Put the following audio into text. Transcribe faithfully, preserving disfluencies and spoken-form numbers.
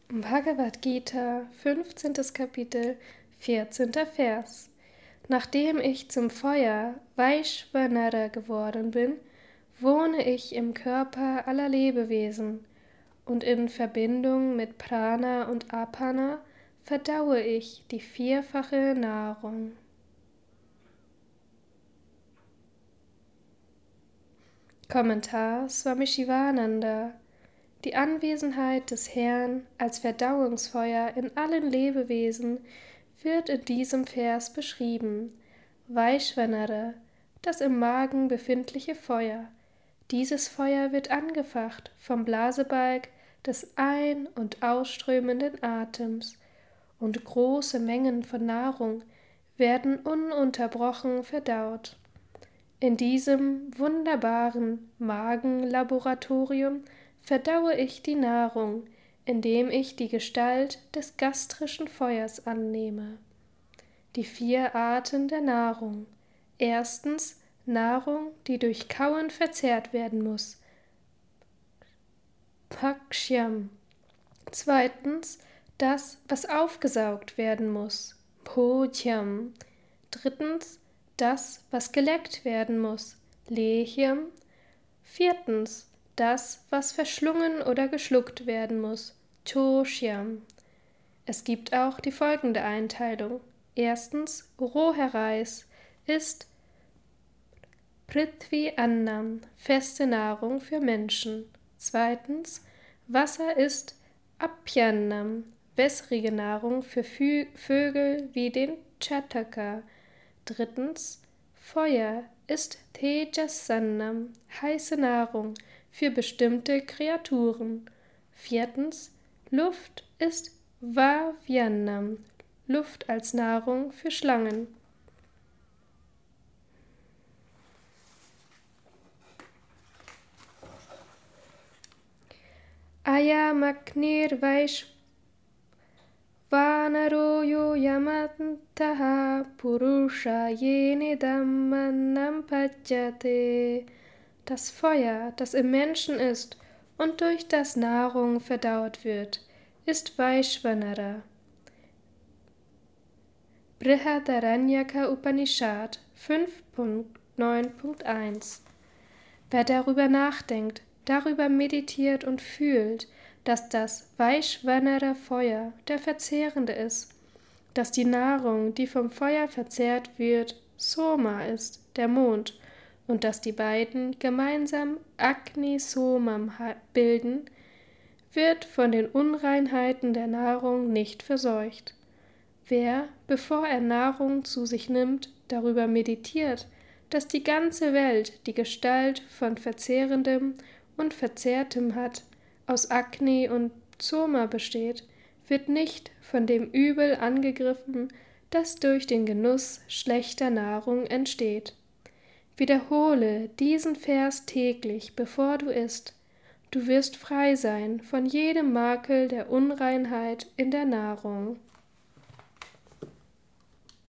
Bhagavad Gita, fünfzehntes Kapitel, vierzehnter Vers. Nachdem ich zum Feuer Vaishvanara geworden bin, wohne ich im Körper aller Lebewesen, und in Verbindung mit Prana und Apana verdaue ich die vierfache Nahrung. Kommentar Swami Shivananda. Die Anwesenheit des Herrn als Verdauungsfeuer in allen Lebewesen wird in diesem Vers beschrieben. Vaishvanara, das im Magen befindliche Feuer. Dieses Feuer wird angefacht vom Blasebalg des ein- und ausströmenden Atems, und große Mengen von Nahrung werden ununterbrochen verdaut. In diesem wunderbaren Magenlaboratorium verdaue ich die Nahrung, indem ich die Gestalt des gastrischen Feuers annehme. Die vier Arten der Nahrung. Erstens Nahrung, die durch Kauen verzehrt werden muss. Bhakshyam. Zweitens das, was aufgesaugt werden muss. Bhojyam. Drittens das, was geleckt werden muss. Lehyam. Viertens das, was verschlungen oder geschluckt werden muss. Toshyam. Es gibt auch die folgende Einteilung. Erstens, roher Reis ist Prithvi Annam, feste Nahrung für Menschen. Zweitens, Wasser ist Apyannam, wässrige Nahrung für Fü- Vögel wie den Chataka. Drittens, Feuer ist Tejasannam, heiße Nahrung für bestimmte Kreaturen. Viertens, Luft ist Vavyanam, Luft als Nahrung für Schlangen. Ayamagnir Vaishvanaro yo yamantaha purusha yenidam mannam pachyate. Das Feuer, das im Menschen ist und durch das Nahrung verdaut wird, ist Vaishvanara. Brihadaranyaka Upanishad fünf Punkt neun Punkt eins. Wer darüber nachdenkt, darüber meditiert und fühlt, dass das Vaishvanara-Feuer der Verzehrende ist, dass die Nahrung, die vom Feuer verzehrt wird, Soma ist, der Mond, und dass die beiden gemeinsam Agni Somam bilden, wird von den Unreinheiten der Nahrung nicht verseucht. Wer, bevor er Nahrung zu sich nimmt, darüber meditiert, dass die ganze Welt die Gestalt von Verzehrendem und Verzehrtem hat, aus Agni und Soma besteht, wird nicht von dem Übel angegriffen, das durch den Genuss schlechter Nahrung entsteht. Wiederhole diesen Vers täglich, bevor du isst. Du wirst frei sein von jedem Makel der Unreinheit in der Nahrung.